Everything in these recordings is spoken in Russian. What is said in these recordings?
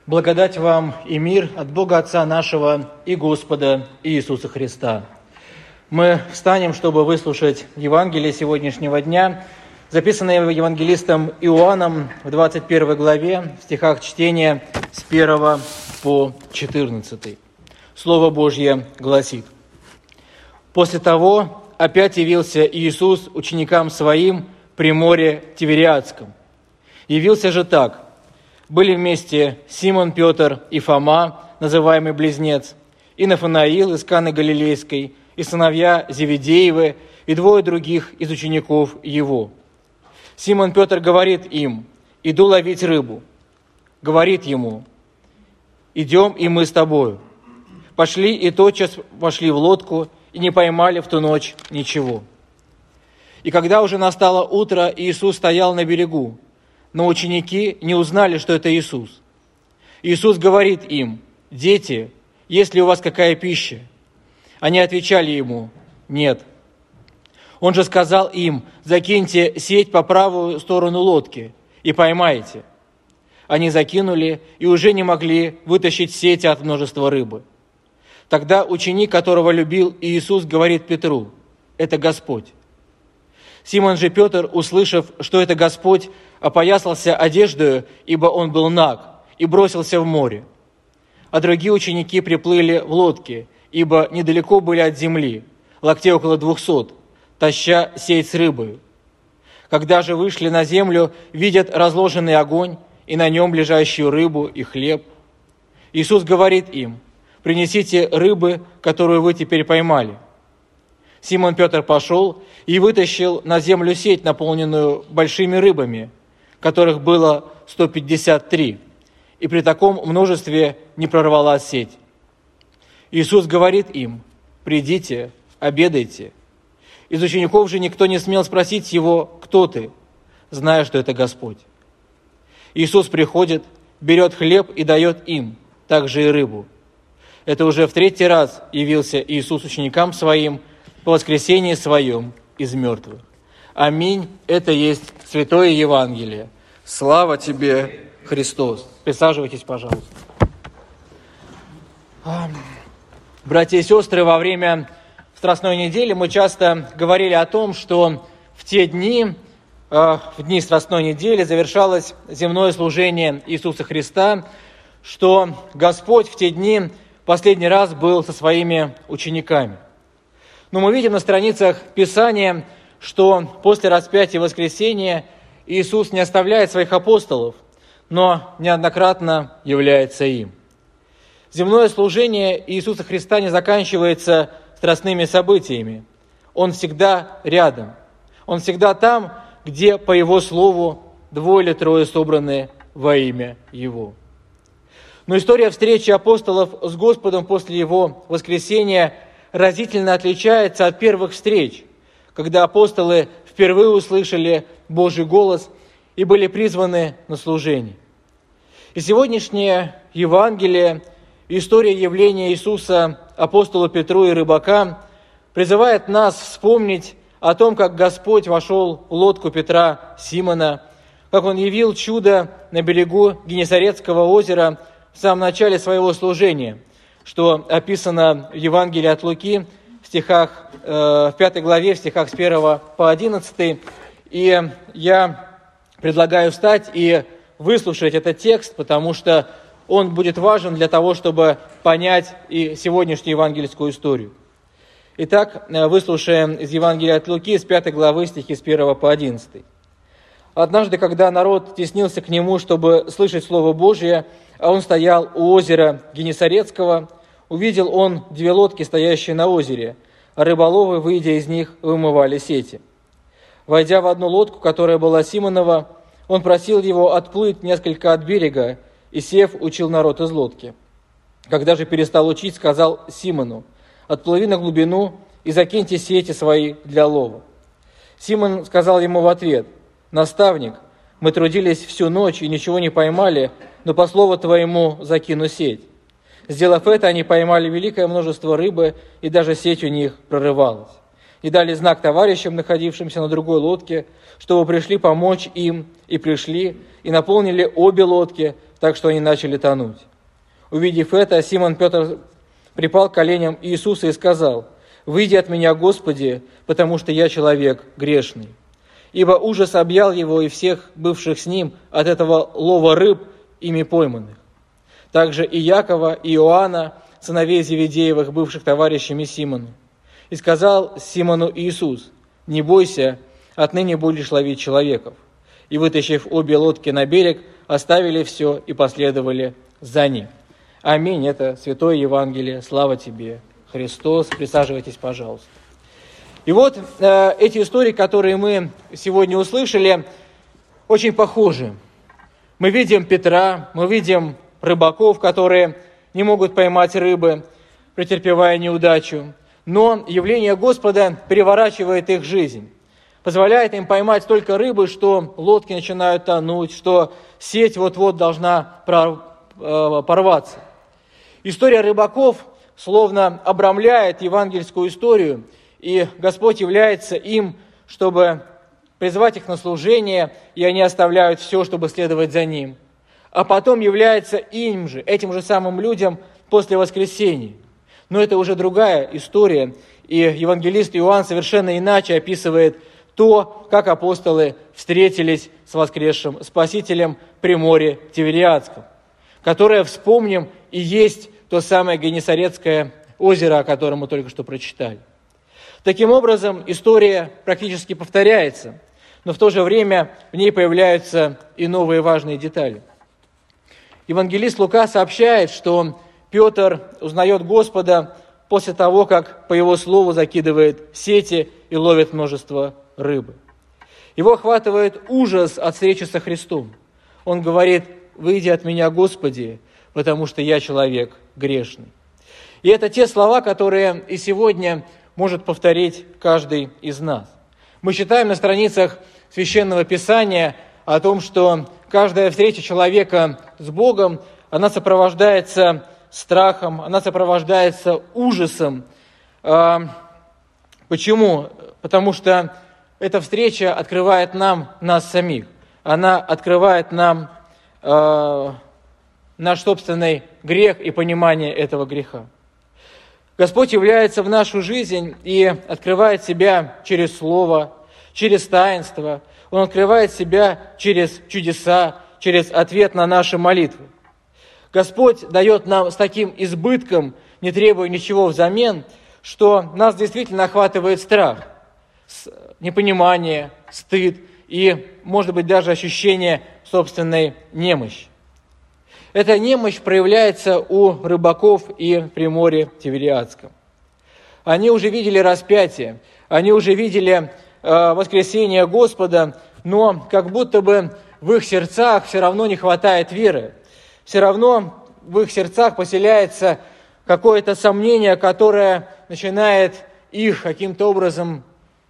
Благодать вам и мир от Бога Отца нашего и Господа Иисуса Христа. Мы встанем, чтобы выслушать Евангелие сегодняшнего дня, записанное евангелистом Иоанном в 21 главе, в стихах чтения с 1 по 14. Слово Божье гласит: «После того опять явился Иисус ученикам Своим при море Тивериадском. Явился же так: были вместе Симон Петр и Фома, называемый Близнец, и Нафанаил из Каны Галилейской, и сыновья Зеведеевы, и двое других из учеников Его. Симон Петр говорит им: иду ловить рыбу. Говорит ему: идем и мы с тобою. Пошли и тотчас вошли в лодку, и не поймали в ту ночь ничего. И когда уже настало утро, Иисус стоял на берегу, но ученики не узнали, что это Иисус. Иисус говорит им: дети, есть ли у вас какая пища? Они отвечали Ему: нет. Он же сказал им: закиньте сеть по правую сторону лодки и поймаете. Они закинули и уже не могли вытащить сети от множества рыбы. Тогда ученик, которого любил Иисус, говорит Петру: это Господь. Симон же Петр, услышав, что это Господь, опоясался одеждою, ибо он был наг, и бросился в море. А другие ученики приплыли в лодке, ибо недалеко были от земли, локтей около 200, таща сеть с рыбою. Когда же вышли на землю, видят разложенный огонь и на нем лежащую рыбу и хлеб. Иисус говорит им: принесите рыбы, которую вы теперь поймали. Симон Петр пошел и вытащил на землю сеть, наполненную большими рыбами, которых было 153, и при таком множестве не прорвалась сеть. Иисус говорит им: придите, обедайте. Из учеников же никто не смел спросить Его: кто ты, зная, что это Господь. Иисус приходит, берет хлеб и дает им, также и рыбу. Это уже в 3-й раз явился Иисус ученикам Своим по воскресении Своем из мертвых. Аминь. Это есть Святое Евангелие. Слава Тебе, Христос. Присаживайтесь, пожалуйста. Братья и сестры, во время Страстной недели мы часто говорили о том, что в те дни, в дни Страстной недели, завершалось земное служение Иисуса Христа, что Господь в те дни последний раз был со Своими учениками. Но мы видим на страницах Писания, что после распятия и воскресения Иисус не оставляет Своих апостолов, но неоднократно является им. Земное служение Иисуса Христа не заканчивается страстными событиями. Он всегда рядом. Он всегда там, где по Его слову 2 или 3 собраны во имя Его. Но история встречи апостолов с Господом после Его воскресения разительно отличается от первых встреч, когда апостолы впервые услышали Божий голос и были призваны на служение. И сегодняшнее Евангелие, история явления Иисуса апостолу Петру и рыбакам призывает нас вспомнить о том, как Господь вошел в лодку Петра Симона, как Он явил чудо на берегу Генесарецкого озера в самом начале Своего служения, что описано в Евангелии от Луки в 5 главе, в стихах с 1 по 11. И я предлагаю встать и выслушать этот текст, потому что он будет важен для того, чтобы понять и сегодняшнюю евангельскую историю. Итак, выслушаем из Евангелия от Луки, с 5 главы, стихи с 1 по 11. «Однажды, когда народ теснился к нему, чтобы слышать Слово Божие, а он стоял у озера Генесарецкого, увидел он 2 лодки, стоящие на озере, а рыболовы, выйдя из них, вымывали сети. Войдя в одну лодку, которая была Симонова, он просил его отплыть несколько от берега, и, сев, учил народ из лодки. Когда же перестал учить, сказал Симону: отплыви на глубину и закиньте сети свои для лова. Симон сказал ему в ответ: наставник, мы трудились всю ночь и ничего не поймали, но по слову твоему закину сеть. Сделав это, они поймали великое множество рыбы, и даже сеть у них прорывалась. И дали знак товарищам, находившимся на другой лодке, чтобы пришли помочь им, и пришли, и наполнили обе лодки, так что они начали тонуть. Увидев это, Симон Петр припал к коленям Иисуса и сказал: «Выйди от меня, Господи, потому что я человек грешный». Ибо ужас объял его и всех бывших с ним от этого лова рыб, ими пойманных. Также и Якова, и Иоанна, сыновей Зеведеевых, бывших товарищами Симону. И сказал Симону Иисус: «Не бойся, отныне будешь ловить человеков». И, вытащив обе лодки на берег, оставили все и последовали за ним. Аминь. Это Святое Евангелие. Слава тебе, Христос. Присаживайтесь, пожалуйста. И вот эти истории, которые мы сегодня услышали, очень похожи. Мы видим Петра, мы видим рыбаков, которые не могут поймать рыбы, претерпевая неудачу. Но явление Господа переворачивает их жизнь, позволяет им поймать столько рыбы, что лодки начинают тонуть, что сеть вот-вот должна порваться. История рыбаков словно обрамляет евангельскую историю, и Господь является им, чтобы призвать их на служение, и они оставляют все, чтобы следовать за Ним. А потом является им же, этим же самым людям, после воскресения. Но это уже другая история, и евангелист Иоанн совершенно иначе описывает то, как апостолы встретились с воскресшим Спасителем при море Тивериадском, которое, вспомним, и есть то самое Генесарецкое озеро, о котором мы только что прочитали. Таким образом, история практически повторяется, но в то же время в ней появляются и новые важные детали. Евангелист Лука сообщает, что Петр узнает Господа после того, как по его слову закидывает сети и ловит множество рыбы. Его охватывает ужас от встречи со Христом. Он говорит: «Выйди от меня, Господи, потому что я человек грешный». И это те слова, которые и сегодня может повторить каждый из нас. Мы читаем на страницах Священного Писания о том, что каждая встреча человека с Богом, она сопровождается страхом, она сопровождается ужасом. Почему? Потому что эта встреча открывает нам нас самих. Она открывает нам наш собственный грех и понимание этого греха. Господь является в нашу жизнь и открывает себя через Слово, через таинство. Он открывает себя через чудеса, через ответ на наши молитвы. Господь дает нам с таким избытком, не требуя ничего взамен, что нас действительно охватывает страх, непонимание, стыд и, может быть, даже ощущение собственной немощи. Эта немощь проявляется у рыбаков и при море Тивериадском. Они уже видели распятие, они уже видели воскресение Господа, но как будто бы в их сердцах все равно не хватает веры. Все равно в их сердцах поселяется какое-то сомнение, которое начинает их каким-то образом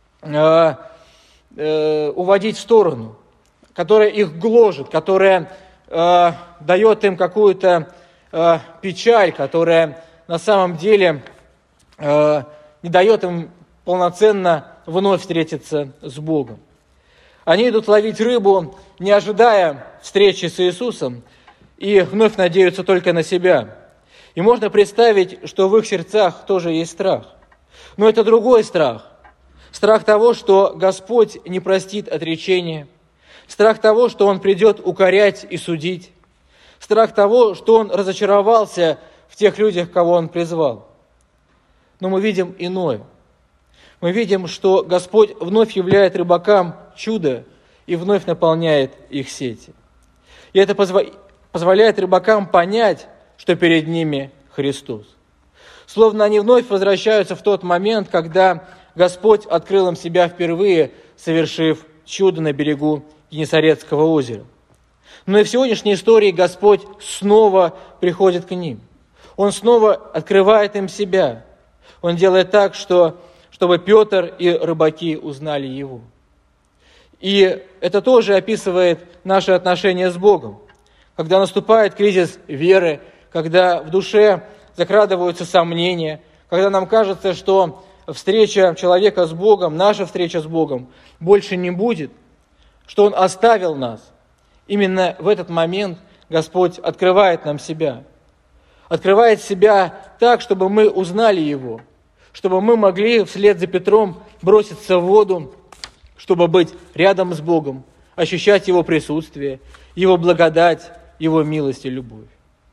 уводить в сторону, которое их гложет, которое дает им какую-то печаль, которая на самом деле не дает им полноценно вновь встретиться с Богом. Они идут ловить рыбу, не ожидая встречи с Иисусом, и вновь надеются только на себя. И можно представить, что в их сердцах тоже есть страх. Но это другой страх. Страх того, что Господь не простит отречения. Страх того, что Он придет укорять и судить. Страх того, что Он разочаровался в тех людях, кого Он призвал. Но мы видим иное. Мы видим, что Господь вновь являет рыбакам чудо и вновь наполняет их сети. И это позволяет рыбакам понять, что перед ними Христос. Словно они вновь возвращаются в тот момент, когда Господь открыл им себя впервые, совершив чудо на берегу Генесарецкого озера. Но и в сегодняшней истории Господь снова приходит к ним. Он снова открывает им себя. Он делает так, чтобы Петр и рыбаки узнали Его. И это тоже описывает наши отношения с Богом. Когда наступает кризис веры, когда в душе закрадываются сомнения, когда нам кажется, что встреча человека с Богом, наша встреча с Богом больше не будет, что Он оставил нас. Именно в этот момент Господь открывает нам себя. Открывает себя так, чтобы мы узнали Его, чтобы мы могли вслед за Петром броситься в воду, чтобы быть рядом с Богом, ощущать Его присутствие, Его благодать, Его милость и любовь.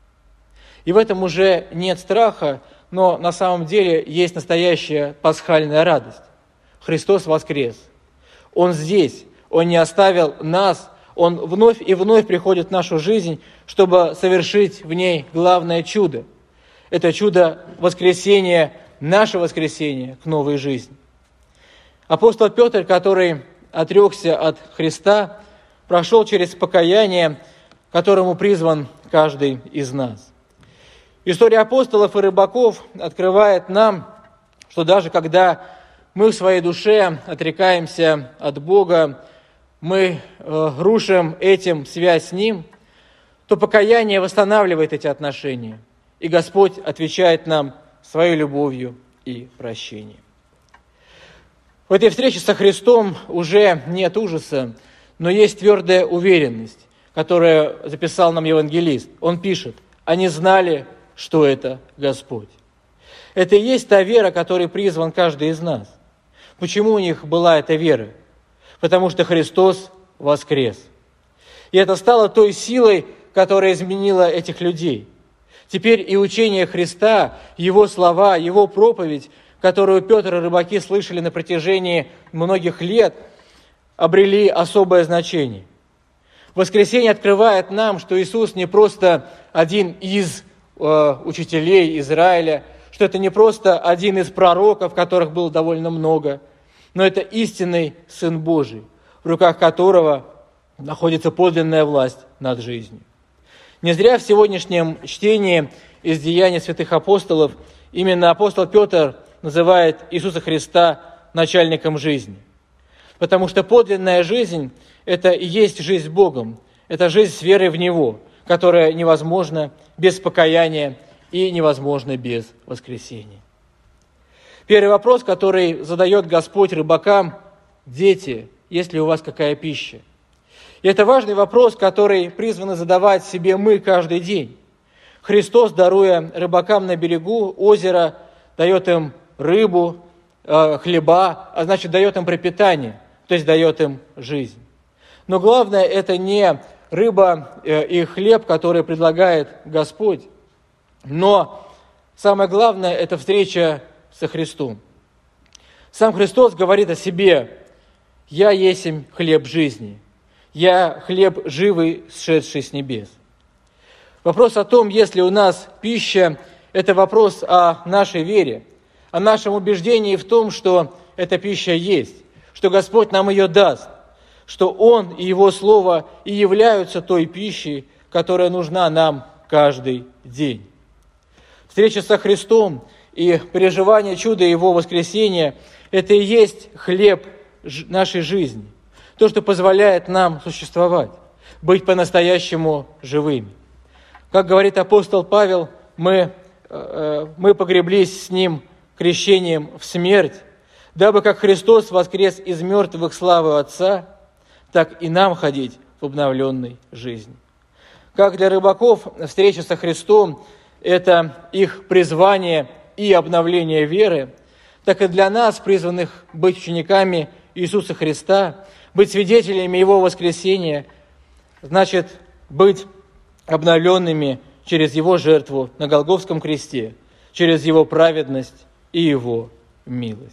И в этом уже нет страха, но на самом деле есть настоящая пасхальная радость. Христос воскрес. Он здесь, Он не оставил нас, Он вновь и вновь приходит в нашу жизнь, чтобы совершить в ней главное чудо. Это чудо воскресения, наше воскресение к новой жизни. Апостол Петр, который отрекся от Христа, прошел через покаяние, которому призван каждый из нас. История апостолов и рыбаков открывает нам, что даже когда мы в своей душе отрекаемся от Бога, мы рушим этим связь с Ним, то покаяние восстанавливает эти отношения, и Господь отвечает нам своей любовью и прощением. В этой встрече со Христом уже нет ужаса, но есть твердая уверенность, которую записал нам евангелист. Он пишет: «Они знали, что это Господь». Это и есть та вера, которой призван каждый из нас. Почему у них была эта вера? Потому что Христос воскрес. И это стало той силой, которая изменила этих людей. Теперь и учение Христа, Его слова, Его проповедь, которую Петр и рыбаки слышали на протяжении многих лет, обрели особое значение. Воскресение открывает нам, что Иисус не просто один из учителей Израиля, что это не просто один из пророков, которых было довольно много, но это истинный Сын Божий, в руках которого находится подлинная власть над жизнью. Не зря в сегодняшнем чтении из Деяний святых апостолов именно апостол Петр называет Иисуса Христа начальником жизни. Потому что подлинная жизнь – это и есть жизнь с Богом, это жизнь с верой в Него, которая невозможна без покаяния и невозможна без воскресения. Первый вопрос, который задает Господь рыбакам: «Дети, есть ли у вас какая пища?» И это важный вопрос, который призваны задавать себе мы каждый день. Христос, даруя рыбакам на берегу озера, дает им рыбу, хлеба, а значит, дает им пропитание, то есть дает им жизнь. Но главное – это не рыба и хлеб, которые предлагает Господь, но самое главное – это встреча со Христом. Сам Христос говорит о себе: «Я есмь хлеб жизни, я хлеб живый, сшедший с небес». Вопрос о том, есть ли у нас пища, это вопрос о нашей вере, о нашем убеждении в том, что эта пища есть, что Господь нам ее даст, что Он и Его Слово и являются той пищей, которая нужна нам каждый день. Встреча со Христом и переживание чуда Его воскресения – это и есть хлеб нашей жизни, то, что позволяет нам существовать, быть по-настоящему живыми. Как говорит апостол Павел, мы погреблись с Ним крещением в смерть, дабы как Христос воскрес из мертвых славы Отца, так и нам ходить в обновленной жизни. Как для рыбаков встреча со Христом – это их призвание и обновление веры, так и для нас, призванных быть учениками Иисуса Христа, быть свидетелями Его воскресения, значит быть обновленными через Его жертву на Голгофском кресте, через Его праведность и Его милость.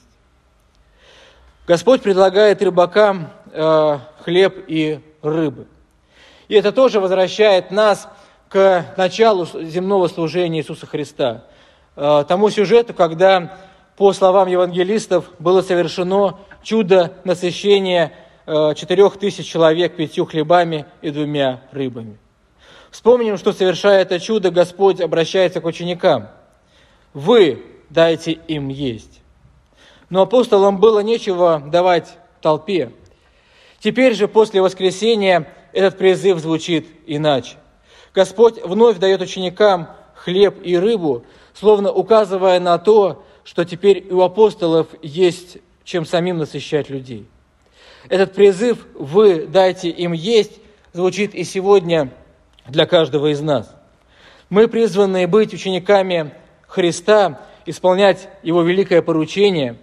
Господь предлагает рыбакам хлеб и рыбы. И это тоже возвращает нас к началу земного служения Иисуса Христа, тому сюжету, когда, по словам евангелистов, было совершено чудо насыщения 4000 человек 5 хлебами и 2 рыбами. Вспомним, что, совершая это чудо, Господь обращается к ученикам: «Вы дайте им есть». Но апостолам было нечего давать толпе. Теперь же, после воскресения, этот призыв звучит иначе. Господь вновь дает ученикам хлеб и рыбу, словно указывая на то, что теперь у апостолов есть чем самим насыщать людей. Этот призыв «вы дайте им есть» звучит и сегодня для каждого из нас. Мы призваны быть учениками Христа, исполнять Его великое поручение.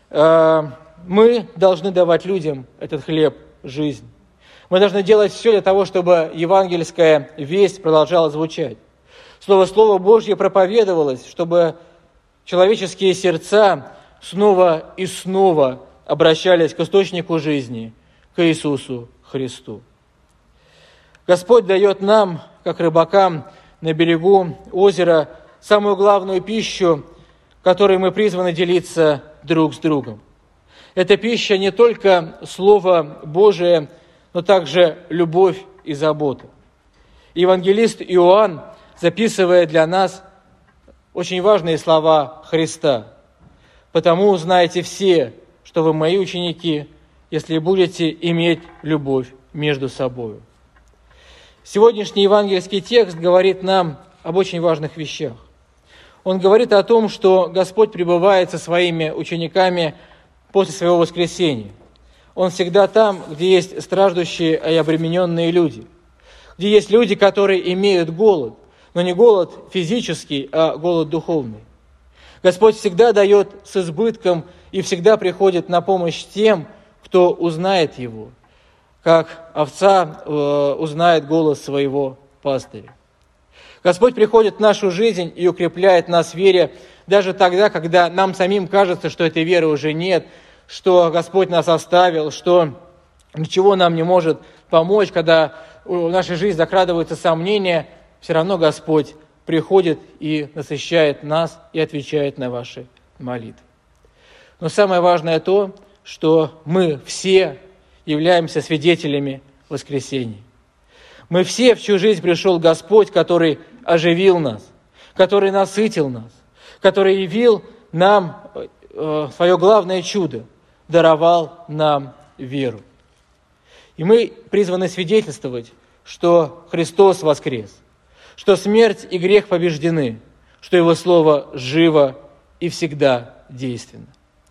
Мы должны давать людям этот хлеб жизни. Мы должны делать все для того, чтобы евангельская весть продолжала звучать. Слово Божье проповедовалось, чтобы человеческие сердца снова и снова обращались к источнику жизни, к Иисусу Христу. Господь дает нам, как рыбакам на берегу озера, самую главную пищу, которой мы призваны делиться друг с другом. Эта пища не только Слово Божие, но также любовь и забота. Евангелист Иоанн записывает для нас очень важные слова Христа. «Потому узнаете все, что вы мои ученики, если будете иметь любовь между собой». Сегодняшний евангельский текст говорит нам об очень важных вещах. Он говорит о том, что Господь пребывает со своими учениками после своего воскресения. Он всегда там, где есть страждущие и обремененные люди, где есть люди, которые имеют голод, но не голод физический, а голод духовный. Господь всегда дает с избытком и всегда приходит на помощь тем, кто узнает Его, как овца узнает голос своего пастыря. Господь приходит в нашу жизнь и укрепляет нас в вере даже тогда, когда нам самим кажется, что этой веры уже нет, что Господь нас оставил, что ничего нам не может помочь, когда в нашей жизни закрадываются сомнения, все равно Господь приходит и насыщает нас и отвечает на ваши молитвы. Но самое важное то, что мы все являемся свидетелями воскресения. Мы все, в чью жизнь пришел Господь, который оживил нас, который насытил нас, который явил нам свое главное чудо, даровал нам веру. И мы призваны свидетельствовать, что Христос воскрес, что смерть и грех побеждены, что Его Слово живо и всегда действенно.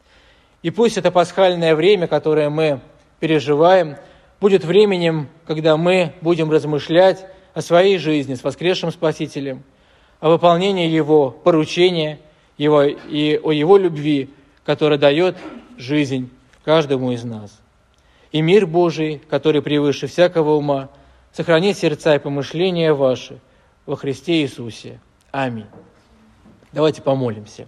И пусть это пасхальное время, которое мы переживаем, будет временем, когда мы будем размышлять о своей жизни с воскресшим Спасителем, о выполнении Его поручения и о Его любви, которая дает жизнь каждому из нас. И мир Божий, который превыше всякого ума, сохранит сердца и помышления ваши во Христе Иисусе. Аминь. Давайте помолимся.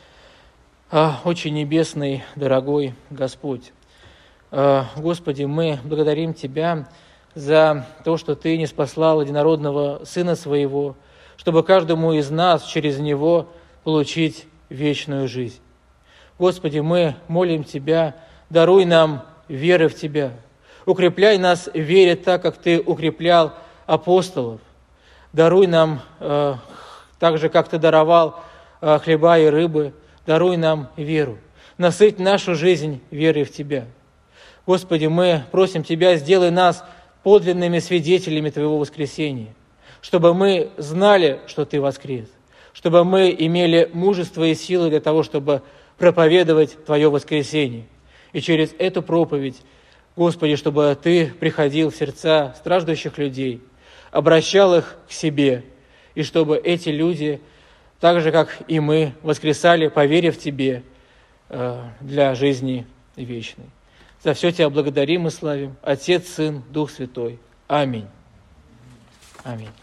Очень небесный, дорогой Господь, Господи, мы благодарим Тебя за то, что Ты ниспослал единородного Сына Своего, чтобы каждому из нас через Него получить вечную жизнь. Господи, мы молим Тебя, даруй нам веры в Тебя, укрепляй нас в вере так, как Ты укреплял апостолов, даруй нам так же, как Ты даровал хлеба и рыбы, даруй нам веру, насыть нашу жизнь верой в Тебя. Господи, мы просим Тебя, сделай нас подлинными свидетелями Твоего воскресения, чтобы мы знали, что Ты воскрес, чтобы мы имели мужество и силы для того, чтобы проповедовать Твое воскресение. И через эту проповедь, Господи, чтобы Ты приходил в сердца страждущих людей, обращал их к себе, и чтобы эти люди, так же, как и мы, воскресали, поверив Тебе для жизни вечной. За все Тебя благодарим и славим. Отец, Сын, Дух Святой. Аминь. Аминь.